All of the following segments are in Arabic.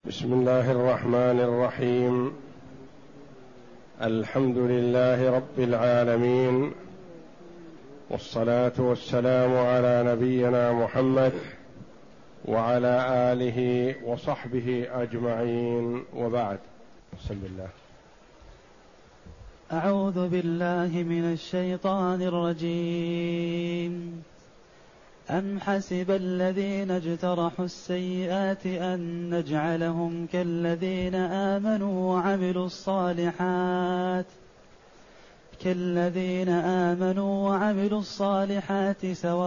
بسم الله الرحمن الرحيم. الحمد لله رب العالمين، والصلاة والسلام على نبينا محمد وعلى آله وصحبه أجمعين، وبعد. بسم الله. أعوذ بالله من الشيطان الرجيم. أم حسب الذين اجترحوا السيئات أن نجعلهم كالذين آمنوا وعملوا الصالحات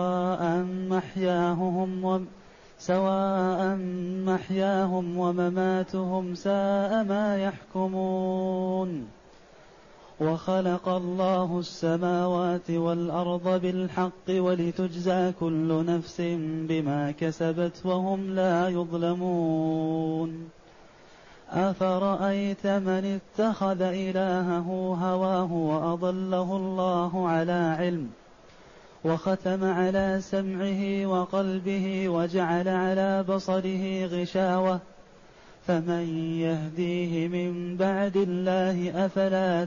سواء محياهم ومماتهم ساء ما يحكمون. وخلق الله السماوات والأرض بالحق ولتجزى كل نفس بما كسبت وهم لا يظلمون. أفرأيت من اتخذ إلهه هواه وأضله الله على علم وختم على سمعه وقلبه وجعل على بصره غشاوة فمن يهديه من بعد الله أفلا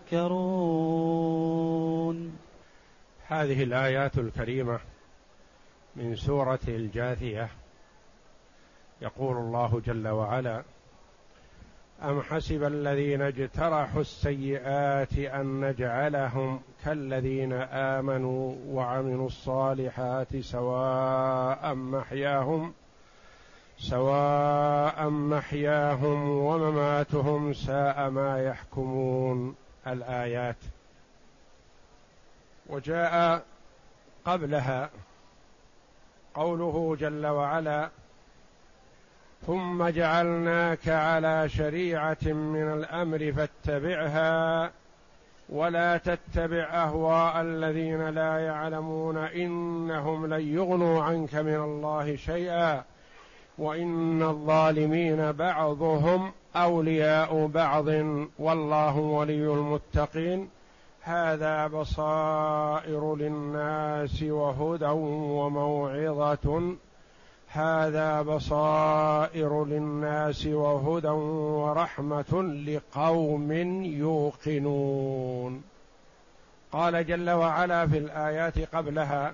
تذكرون. هذه الآيات الكريمة من سورة الجاثية. يقول الله جل وعلا: أم حسب الذين اجترحوا السيئات أن نجعلهم كالذين آمنوا وعملوا الصالحات سواء محياهم ومماتهم ساء ما يحكمون. الآيات. وجاء قبلها قوله جل وعلا: ثم جعلناك على شريعة من الأمر فاتبعها ولا تتبع أهواء الذين لا يعلمون إنهم لن يغنوا عنك من الله شيئا وإن الظالمين بعضهم أولياء بعض والله ولي المتقين. هذا بصائر للناس وهدى ورحمة لقوم يوقنون. قال جل وعلا في الآيات قبلها: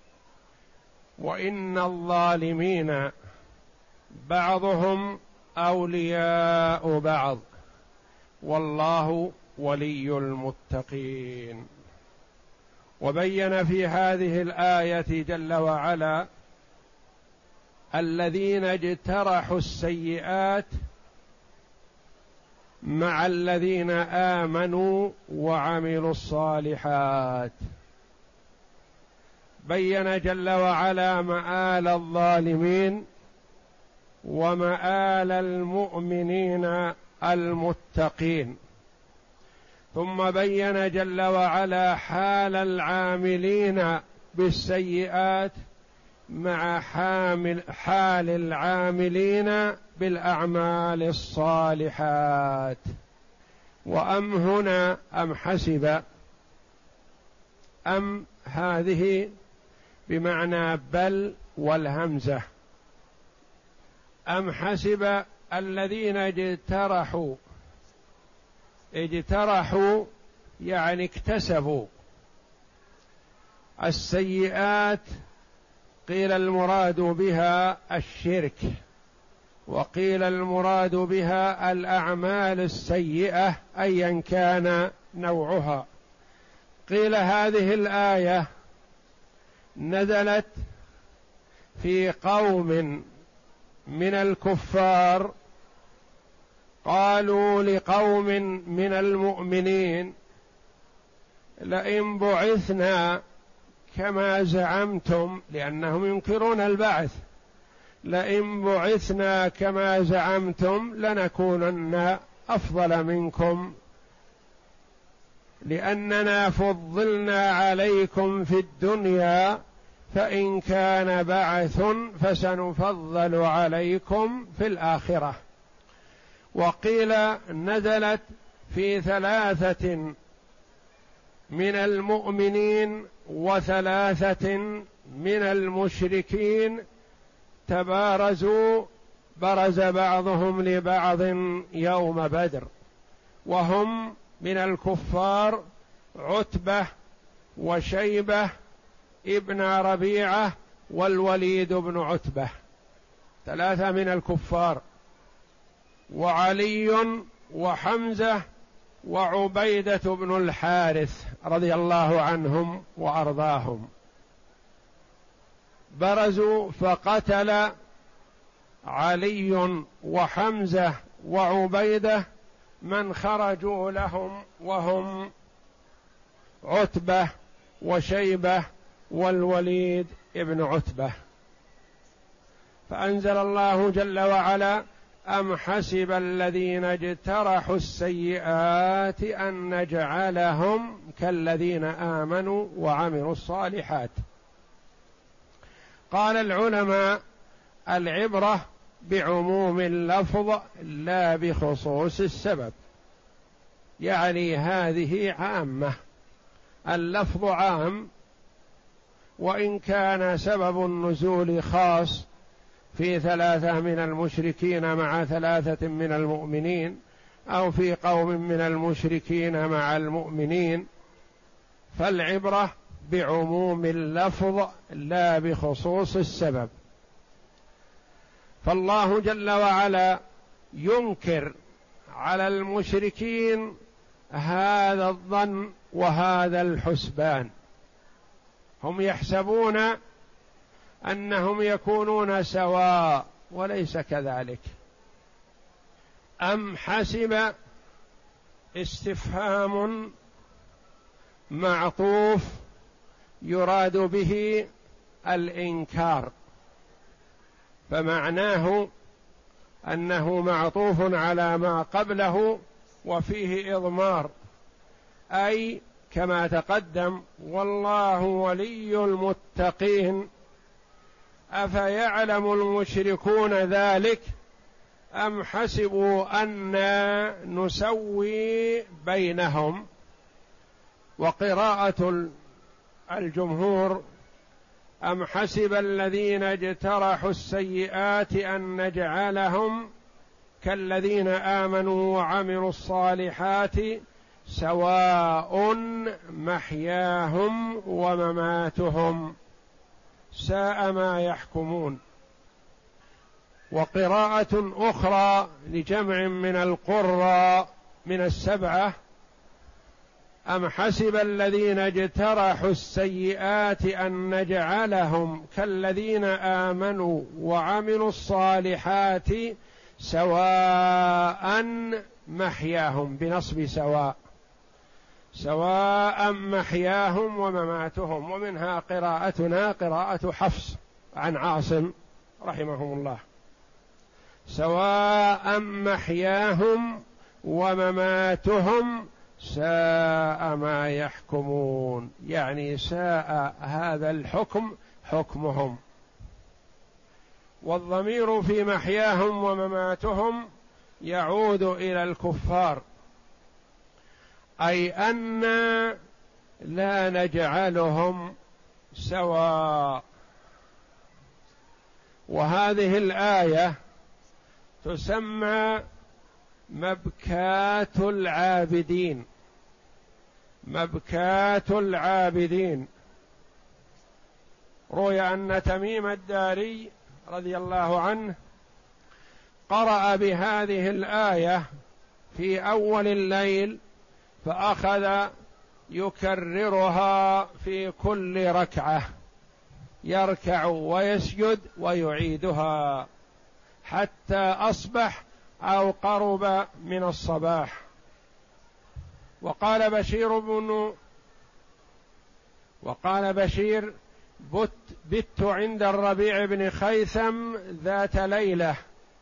وإن الظالمين بعضهم أولياء بعض والله ولي المتقين. وبين في هذه الآية جل وعلا الذين اجترحوا السيئات مع الذين آمنوا وعملوا الصالحات. بين جل وعلا مآل الظالمين ومآل المؤمنين المتقين، ثم بين جل وعلا حال العاملين بالسيئات مع حال العاملين بالأعمال الصالحات. وأم هنا أم حسب، أم هذه بمعنى بل والهمزة. أم حسب الذين اجترحوا يعني اكتسبوا السيئات، قيل المراد بها الشرك، وقيل المراد بها الأعمال السيئة أيا كان نوعها. قيل هذه الآية نزلت في قوم من الكفار قالوا لقوم من المؤمنين: لئن بعثنا كما زعمتم، لأنهم ينكرون البعث، لئن بعثنا كما زعمتم لنكونن أفضل منكم لأننا فضلنا عليكم في الدنيا فإن كان بعث فسنفضل عليكم في الآخرة. وقيل نزلت في 3 من المؤمنين و3 من المشركين تبارزوا برز بعضهم لبعض يوم بدر، وهم من الكفار عتبة وشيبة ابن ربيعة والوليد بن عتبة، ثلاثة من الكفار، وعلي وحمزة وعبيدة بن الحارث رضي الله عنهم وأرضاهم. برزوا فقتل علي وحمزة وعبيدة من خرجوا لهم، وهم عتبة وشيبة والوليد ابن عتبة. فأنزل الله جل وعلا: أم حسب الذين اجترحوا السيئات أن نجعلهم كالذين آمنوا وعملوا الصالحات. قال العلماء: العبرة بعموم اللفظ لا بخصوص السبب، يعني هذه عامة، اللفظ عام، وإن كان سبب النزول خاص في ثلاثة من المشركين مع ثلاثة من المؤمنين، أو في قوم من المشركين مع المؤمنين، فالعبرة بعموم اللفظ لا بخصوص السبب. فالله جل وعلا ينكر على المشركين هذا الظن وهذا الحسبان، هم يحسبون أنهم يكونون سواء، وليس كذلك. أم حسب استفهام معطوف يراد به الإنكار، فمعناه أنه معطوف على ما قبله وفيه إضمار، أي كما تقدم: والله ولي المتقين. أفيعلم المشركون ذلك أم حسبوا أنا نسوي بينهم؟ وقراءة الجمهور: أم حسب الذين اجترحوا السيئات أن نجعلهم كالذين آمنوا وعملوا الصالحات سواء محياهم ومماتهم ساء ما يحكمون. وقراءة أخرى لجمع من القراء من السبعة: أم حسب الذين اجترحوا السيئات أن نجعلهم كالذين آمنوا وعملوا الصالحات سواء محياهم، بنصب سواء، سواء محياهم ومماتهم. ومنها قراءتنا قراءة حفص عن عاصم رحمهم الله: سواء محياهم ومماتهم ساء ما يحكمون، يعني ساء هذا الحكم حكمهم. والضمير في محياهم ومماتهم يعود إلى الكفار، أي أن لا نجعلهم سواء. وهذه الآية تسمى مبكاة العابدين، مبكاة العابدين. روي أن تميم الداري رضي الله عنه قرأ بهذه الآية في أول الليل، فأخذ يكررها في كل ركعة، يركع ويسجد ويعيدها حتى أصبح أو قرب من الصباح. وقال بشير: بت عند الربيع بن خيثم ذات ليلة،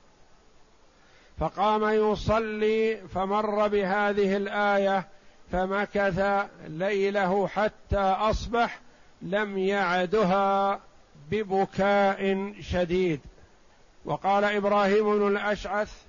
فقام يصلي فمر بهذه الآية فمكث ليله حتى أصبح، لم يعدها ببكاء شديد. وقال إبراهيم بن الأشعث: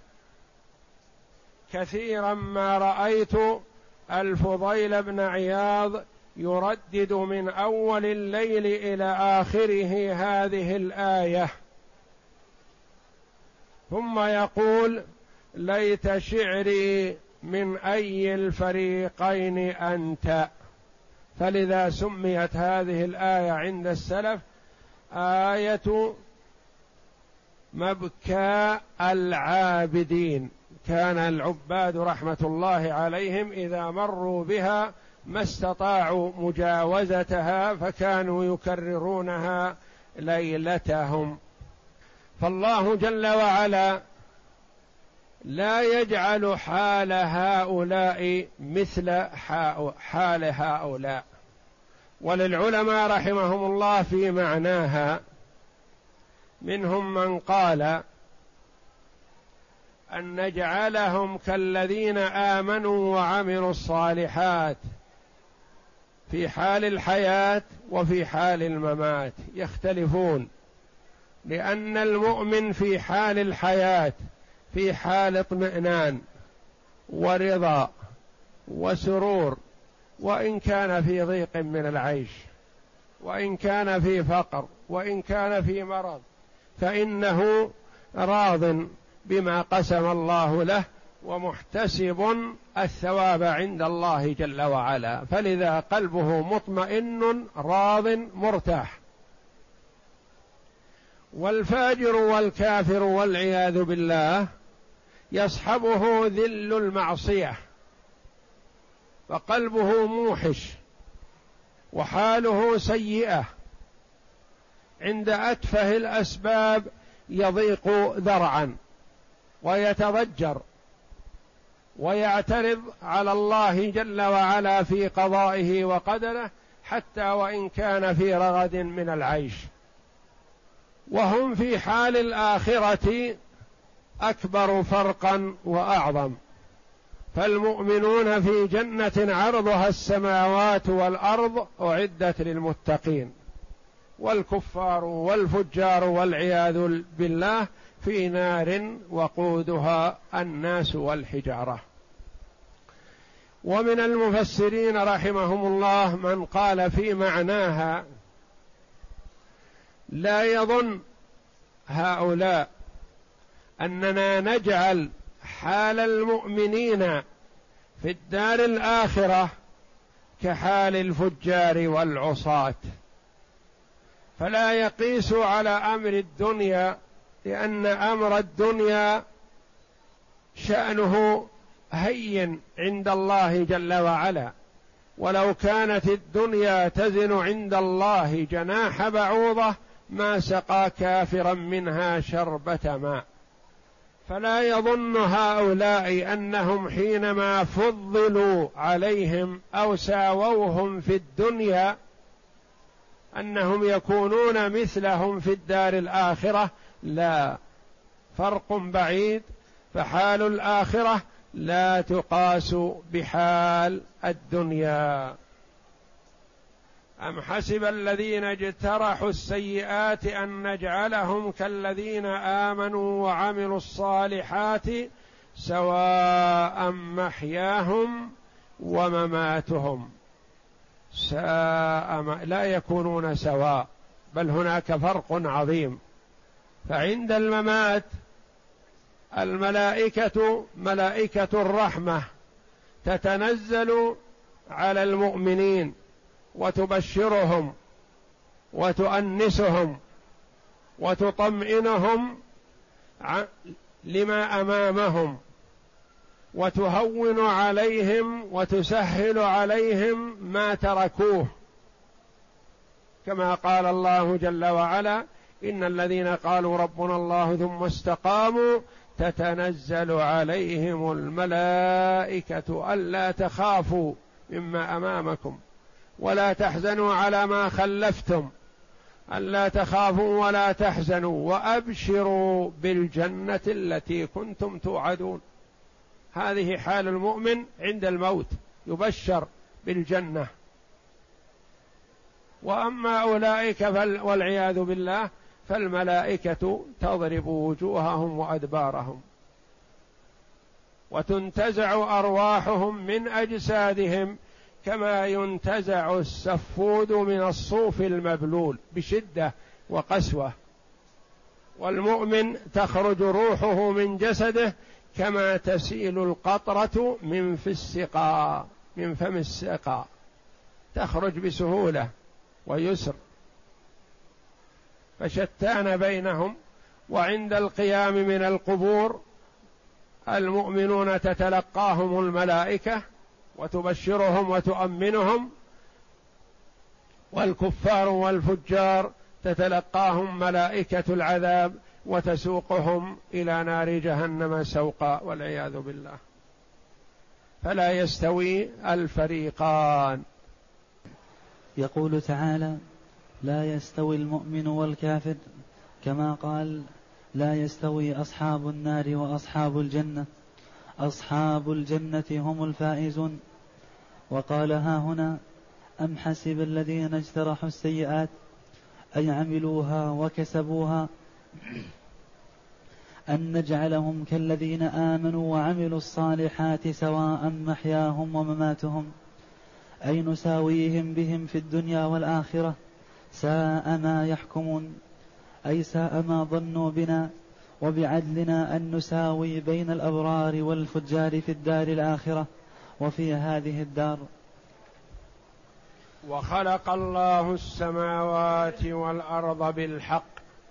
كثيرا ما رأيت الفضيل بن عياض يردد من أول الليل إلى آخره هذه الآية. ثم يقول ليت شعري من أي الفريقين أنت. فلذا سميت هذه الآية عند السلف آية مبكى العابدين. كان العباد رحمة الله عليهم إذا مروا بها ما استطاعوا مجاوزتها فكانوا يكررونها ليلتهم. فالله جل وعلا لا يجعل حال هؤلاء مثل حال هؤلاء. وللعلماء رحمهم الله في معناها منهم من قال أن نجعلهم كالذين آمنوا وعملوا الصالحات في حال الحياة وفي حال الممات يختلفون، لأن المؤمن في حال الحياة في حال اطمئنان ورضا وسرور، وإن كان في ضيق من العيش، وإن كان في فقر، وإن كان في مرض، فإنه راض بما قسم الله له ومحتسب الثواب عند الله جل وعلا، فلذا قلبه مطمئن راض مرتاح. والفاجر والكافر والعياذ بالله يصحبه ذل المعصية وقلبه موحش وحاله سيئة، عند أتفه الأسباب يضيق ذرعا ويتضجر ويعترض على الله جل وعلا في قضائه وقدره، حتى وإن كان في رغد من العيش. وهم في حال الآخرة أكبر فرقا وأعظم، فالمؤمنون في جنة عرضها السماوات والأرض أعدت للمتقين، والكفار والفجار والعياذ بالله في نار وقودها الناس والحجارة. ومن المفسرين رحمهم الله من قال في معناها لا يظن هؤلاء أننا نجعل حال المؤمنين في الدار الآخرة كحال الفجار والعصاة، فلا يقيس على أمر الدنيا، لأن أمر الدنيا شأنه هين عند الله جل وعلا، ولو كانت الدنيا تزن عند الله جناح بعوضة ما سقى كافرا منها شربة ماء. فلا يظن هؤلاء أنهم حينما فضلوا عليهم أو ساووهم في الدنيا أنهم يكونون مثلهم في الدار الآخرة، لا، فرق بعيد. فحال الآخرة لا تقاس بحال الدنيا. أم حسب الذين اجترحوا السيئات أن نجعلهم كالذين آمنوا وعملوا الصالحات سواء محياهم ومماتهم لا يكونون سواء، بل هناك فرق عظيم. فعند الممات الملائكة ملائكة الرحمة تتنزل على المؤمنين وتبشرهم وتؤنسهم وتطمئنهم لما أمامهم، وتهون عليهم وتسهل عليهم ما تركوه، كما قال الله جل وعلا إن الذين قالوا ربنا الله ثم استقاموا تتنزل عليهم الملائكة ألا تخافوا مما أمامكم ولا تحزنوا على ما خلفتم، ألا تخافوا ولا تحزنوا وأبشروا بالجنة التي كنتم توعدون. هذه حال المؤمن عند الموت، يبشر بالجنة. وأما أولئك والعياذ بالله فالملائكة تضرب وجوههم وأدبارهم وتنتزع أرواحهم من أجسادهم كما ينتزع السفود من الصوف المبلول بشدة وقسوة، والمؤمن تخرج روحه من جسده كما تسيل القطرة من فم السقاء، تخرج بسهولة ويسر، فشتان بينهم. وعند القيام من القبور المؤمنون تتلقاهم الملائكة وتبشرهم وتؤمنهم، والكفار والفجار تتلقاهم ملائكة العذاب وتسوقهم إلى نار جهنم سوقا والعياذ بالله. فلا يستوي الفريقان. يقول تعالى: لا يستوي المؤمن والكافر، كما قال: لا يستوي أصحاب النار وأصحاب الجنة، أصحاب الجنة هم الفائزون. وقال: ها هنا: أم حسب الذين اجترحوا السيئات أن عملوها وكسبوها أن نجعلهم كالذين آمنوا وعملوا الصالحات سواء محياهم ومماتهم أي نساويهم بهم في الدنيا والآخرة ساء ما يحكمون، أي ساء ما ظنوا بنا وبعدلنا أن نساوي بين الأبرار والفجار في الدار الآخرة وفي هذه الدار. وخلق الله السماوات والأرض بالحق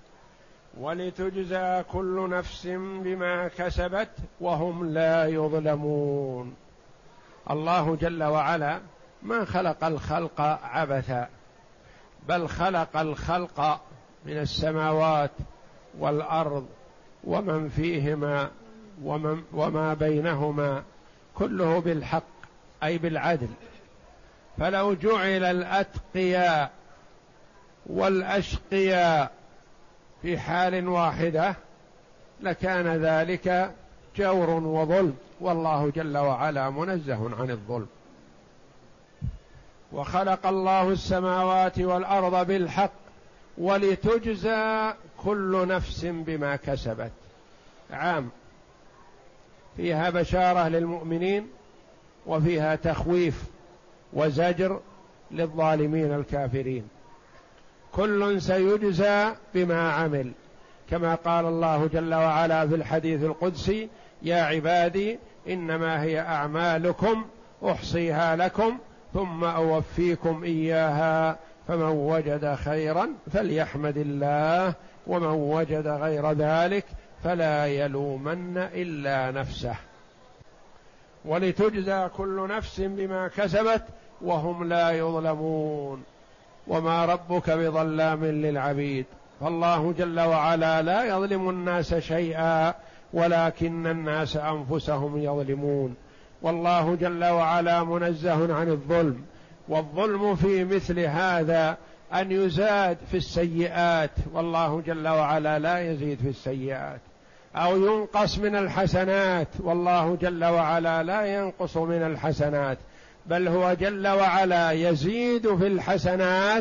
ولتجزى كل نفس بما كسبت وهم لا يظلمون. الله جل وعلا ما خلق الخلق عبثا، بل خلق الخلق من السماوات والأرض ومن فيهما وما بينهما كله بالحق أي بالعدل. فلو جعل الأتقياء والأشقياء في حال واحدة لكان ذلك جور وظلم، والله جل وعلا منزه عن الظلم. وخلق الله السماوات والأرض بالحق ولتجزى كل نفس بما كسبت، عام، فيها بشارة للمؤمنين وفيها تخويف وزجر للظالمين الكافرين. كل سيجزى بما عمل، كما قال الله جل وعلا في الحديث القدسي: يا عبادي إنما هي أعمالكم أحصيها لكم ثم أوفيكم إياها فمن وجد خيرا فليحمد الله ومن وجد غير ذلك فلا يلومن إلا نفسه. ولتجزى كل نفس بما كسبت وهم لا يظلمون. وما ربك بظلام للعبيد، فالله جل وعلا لا يظلم الناس شيئا ولكن الناس أنفسهم يظلمون. والله جل وعلا منزه عن الظلم، والظلم في مثل هذا أن يزاد في السيئات، والله جل وعلا لا يزيد في السيئات، أو ينقص من الحسنات، والله جل وعلا لا ينقص من الحسنات، بل هو جل وعلا يزيد في الحسنات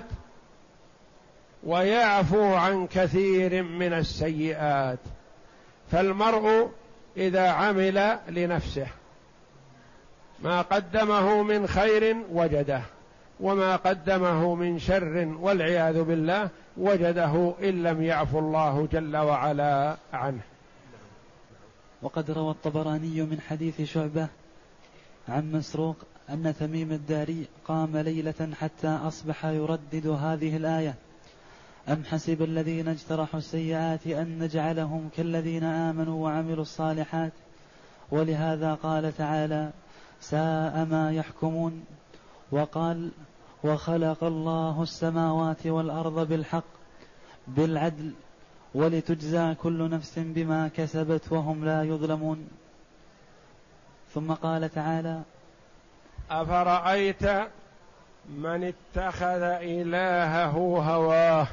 ويعفو عن كثير من السيئات. فالمرء إذا عمل لنفسه ما قدمه من خير وجده، وما قدمه من شر والعياذ بالله وجده إن لم يعفو الله جل وعلا عنه. وقد روى الطبراني من حديث شعبة عن مسروق أن تميم الداري قام ليلة حتى أصبح يردد هذه الآية: أم حسب الذين اجترحوا السيئات أن نجعلهم كالذين آمنوا وعملوا الصالحات. ولهذا قال تعالى: ساء ما يحكمون. وقال: وخلق الله السماوات والأرض بالحق بالعدل ولتجزى كل نفس بما كسبت وهم لا يظلمون. ثم قال تعالى: أفرأيت من اتخذ إلهه هواه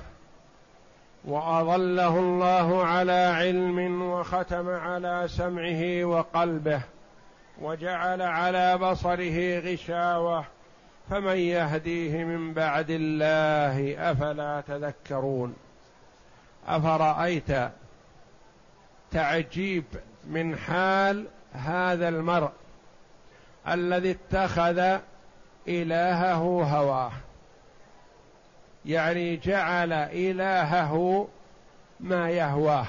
وأضله الله على علم وختم على سمعه وقلبه وجعل على بصره غشاوة فمن يهديه من بعد الله أفلا تذكرون. أفرأيت، تعجيب من حال هذا المرء الذي اتخذ إلهه هواه، يعني جعل إلهه ما يهواه،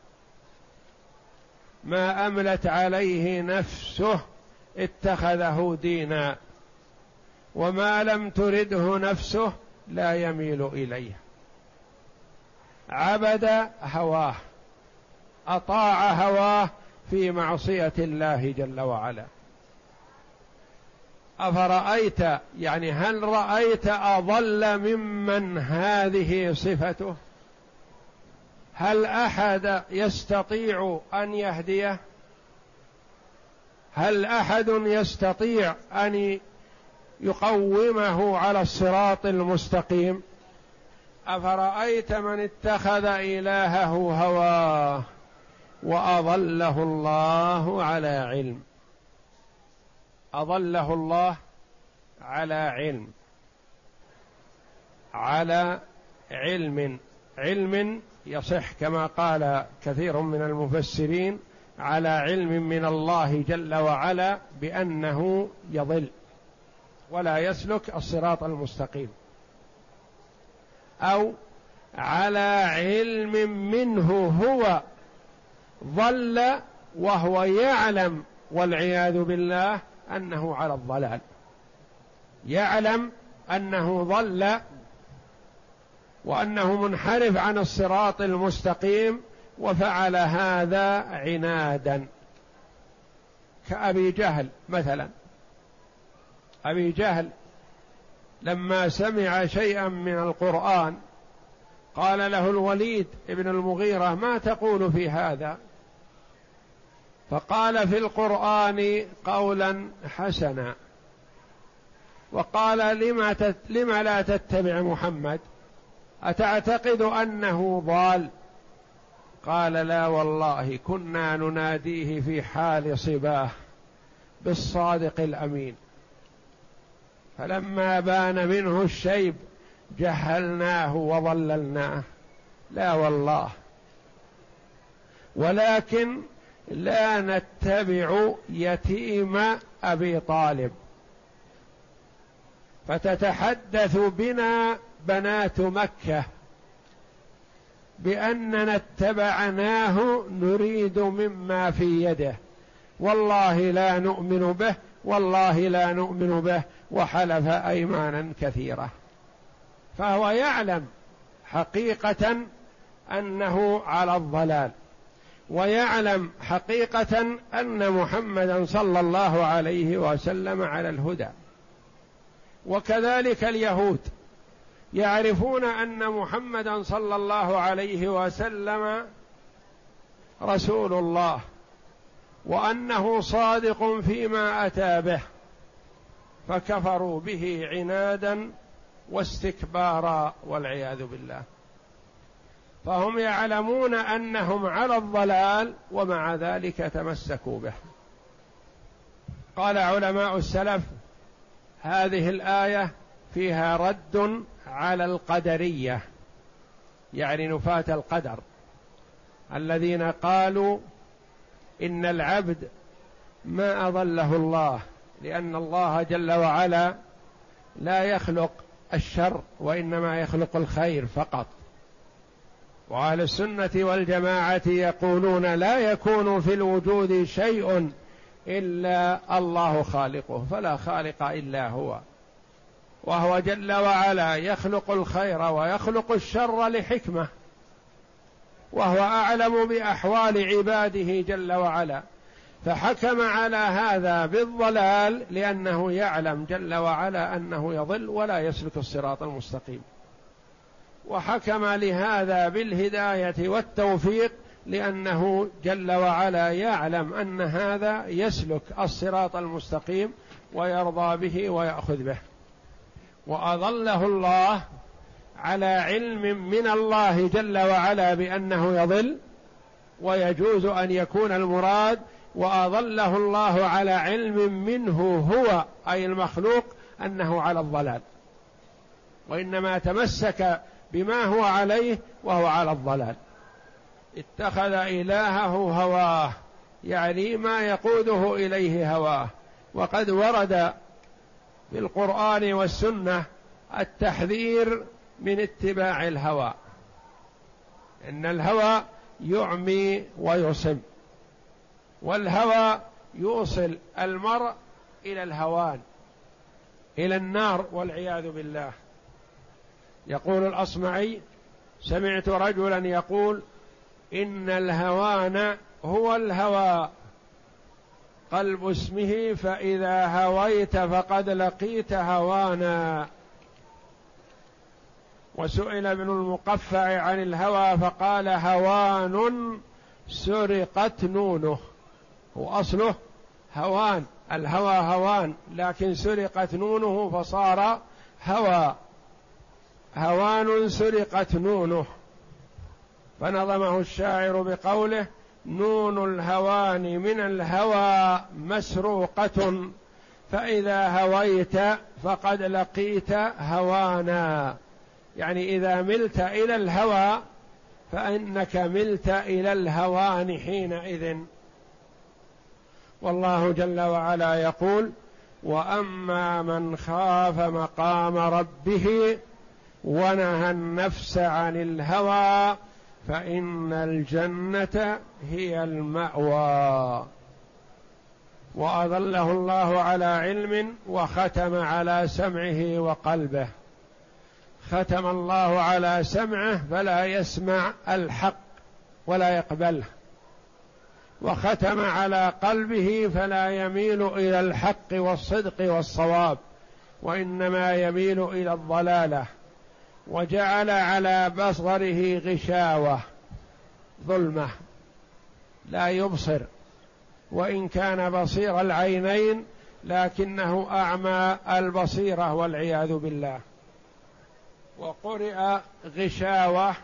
ما أملت عليه نفسه اتخذه دينا، وما لم ترده نفسه لا يميل إليه. عبد هواه، أطاع هواه في معصية الله جل وعلا. أفرأيت، يعني هل رأيت أضل ممن هذه صفته؟ هل أحد يستطيع أن يهديه؟ هل أحد يستطيع أن يقومه على الصراط المستقيم؟ أفرأيت من اتخذ إلهه هواه وأضله الله على علم. أضله الله على علم، على علم يصح كما قال كثير من المفسرين على علم من الله جل وعلا بأنه يضل ولا يسلك الصراط المستقيم، أو على علم منه هو ضل وهو يعلم والعياذ بالله أنه على الضلال، يعلم أنه ضل وأنه منحرف عن الصراط المستقيم وفعل هذا عنادا، كأبي جهل مثلا. أبي جهل لما سمع شيئا من القرآن قال له الوليد ابن المغيرة: ما تقول في هذا؟ فقال: في القرآن قولا حسنا. وقال: لم لا تتبع محمد؟ أتعتقد أنه ضال؟ قال: لا والله كنا نناديه في حال صباه بالصادق الأمين، فلما بان منه الشيب جهلناه وضللناه. لا والله، ولكن لا نتبع يتيم أبي طالب فتتحدث بنا بنات مكة بأننا اتبعناه نريد مما في يده، والله لا نؤمن به، والله لا نؤمن به، وحلف أيمانا كثيرة. فهو يعلم حقيقة أنه على الضلال، ويعلم حقيقة أن محمدا صلى الله عليه وسلم على الهدى. وكذلك اليهود يعرفون أن محمدا صلى الله عليه وسلم رسول الله وأنه صادق فيما أتى به، فكفروا به عنادا واستكبارا والعياذ بالله. فهم يعلمون أنهم على الضلال ومع ذلك تمسكوا به. قال علماء السلف: هذه الآية فيها رد على القدرية، يعني نفاة القدر، الذين قالوا إن العبد ما أضله الله، لأن الله جل وعلا لا يخلق الشر وإنما يخلق الخير فقط. وأهل السنة والجماعة يقولون لا يكون في الوجود شيء إلا الله خالقه، فلا خالق إلا هو، وهو جل وعلا يخلق الخير ويخلق الشر لحكمة، وهو أعلم بأحوال عباده جل وعلا، فحكم على هذا بالضلال لأنه يعلم جل وعلا أنه يضل ولا يسلك الصراط المستقيم، وحكم لهذا بالهداية والتوفيق لأنه جل وعلا يعلم أن هذا يسلك الصراط المستقيم ويرضى به ويأخذ به. وأضله الله على علم من الله جل وعلا بأنه يضل، ويجوز أن يكون المراد وأضله الله على علم منه هو أي المخلوق أنه على الضلال، وإنما تمسك بما هو عليه وهو على الضلال. اتخذ إلهه هواه، يعني ما يقوده إليه هواه. وقد ورد في القرآن والسنة التحذير من اتباع الهوى، إن الهوى يعمي ويصم، والهوى يوصل المرء إلى الهوان، إلى النار والعياذ بالله. يقول الأصمعي: سمعت رجلا يقول: إن الهوان هو الهوى قلب اسمه، فإذا هويت فقد لقيت هوانا. وسئل ابن المقفع عن الهوى فقال: هوان سرقت نونه. هو أصله هوان، الهوى هوان، لكن سرقت نونه فصار هوى. هوان سرقت نونه. فنظمه الشاعر بقوله: نون الهوان من الهوى مسروقة، فإذا هويت فقد لقيت هوانا. يعني إذا ملت إلى الهوى فإنك ملت إلى الهوان حينئذ. والله جل وعلا يقول: وأما من خاف مقام ربه ونهى النفس عن الهوى فإن الجنة هي المأوى. وأظله الله على علم وختم على سمعه وقلبه. ختم الله على سمعه فلا يسمع الحق ولا يقبله، وختم على قلبه فلا يميل إلى الحق والصدق والصواب، وإنما يميل إلى الضلالة. وجعل على بصره غشاوة، ظلمة، لا يبصر، وإن كان بصير العينين لكنه أعمى البصيرة والعياذ بالله. وقرئ غشاوة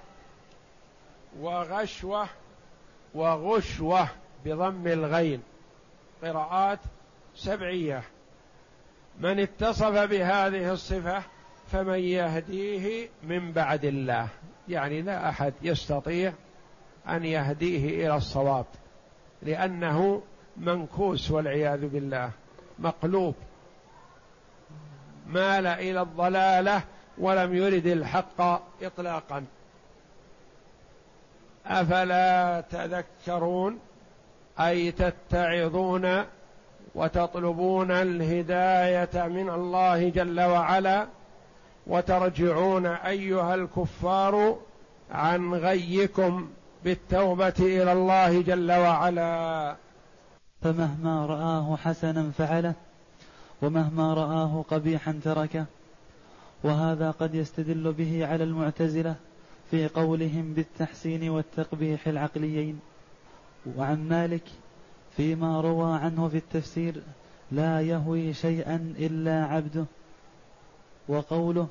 وغشوة وغشوة بضم الغين، قراءات سبعية. من اتصف بهذه الصفة فمن يهديه من بعد الله، يعني لا أحد يستطيع أن يهديه إلى الصواب، لأنه منكوس والعياذ بالله، مقلوب، مال إلى الضلالة ولم يرد الحق إطلاقا. أفلا تذكرون، أي تتعظون وتطلبون الهداية من الله جل وعلا، وترجعون أيها الكفار عن غيكم بالتوبة إلى الله جل وعلا. فمهما رآه حسنا فعله، ومهما رآه قبيحا تركه. وهذا قد يستدل به على المعتزلة في قولهم بالتحسين والتقبيح العقليين. وعن مالك فيما روى عنه في التفسير: لا يهوي شيئا إلا عبده. وقوله: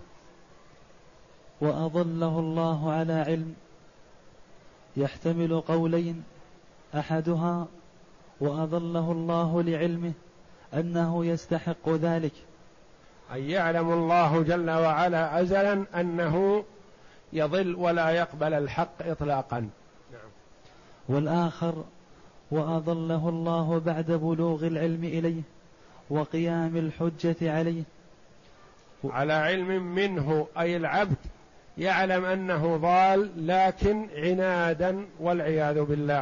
وأضله الله على علم، يحتمل قولين: أحدها وأضله الله لعلمه أنه يستحق ذلك، أن يعلم الله جل وعلا أزلا أنه يضل ولا يقبل الحق إطلاقا. نعم. والآخر وأضله الله بعد بلوغ العلم إليه وقيام الحجة عليه. على علم منه، أي العبد يعلم أنه ضال لكن عنادا والعياذ بالله.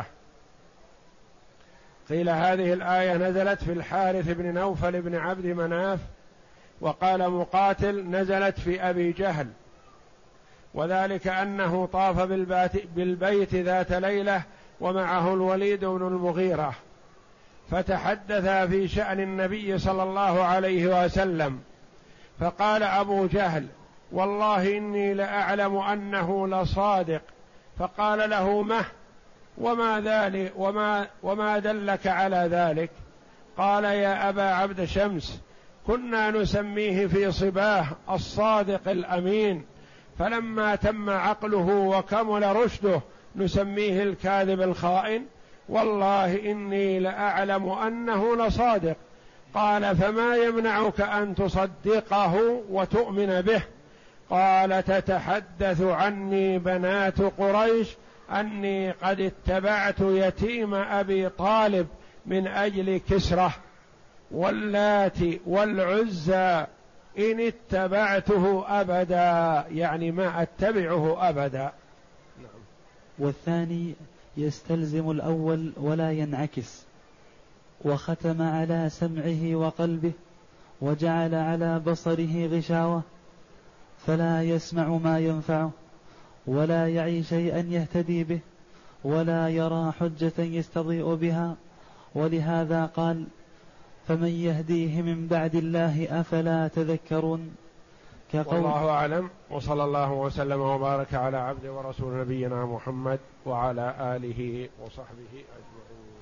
قيل هذه الآية نزلت في الحارث بن نوفل بن عبد مناف، وقال مقاتل نزلت في أبي جهل، وذلك أنه طاف بالبيت ذات ليلة ومعه الوليد بن المغيرة، فتحدث في شأن النبي صلى الله عليه وسلم، فقال أبو جهل: والله إني لأعلم أنه لصادق. فقال له: مه وما ذلك وما دلك على ذلك؟ قال: يا أبا عبد شمس، كنا نسميه في صباه الصادق الأمين، فلما تم عقله وكمل رشده نسميه الكاذب الخائن. والله إني لأعلم أنه لصادق. قال: فما يمنعك أن تصدقه وتؤمن به؟ قال: تتحدث عني بنات قريش أني قد اتبعت يتيم أبي طالب من أجل كسرة، واللات والعزى إن اتبعته أبدا، يعني ما أتبعه أبدا. والثاني يستلزم الأول ولا ينعكس. وختم على سمعه وقلبه وجعل على بصره غشاوة فلا يسمع ما ينفعه ولا يعي شيئا يهتدي به ولا يرى حجة يستضيء بها. ولهذا قال: فمن يهديه من بعد الله أفلا تذكرون. والله أعلم، وصلى الله وسلم وبارك على عبد ورسول نبينا محمد وعلى آله وصحبه أجمعين.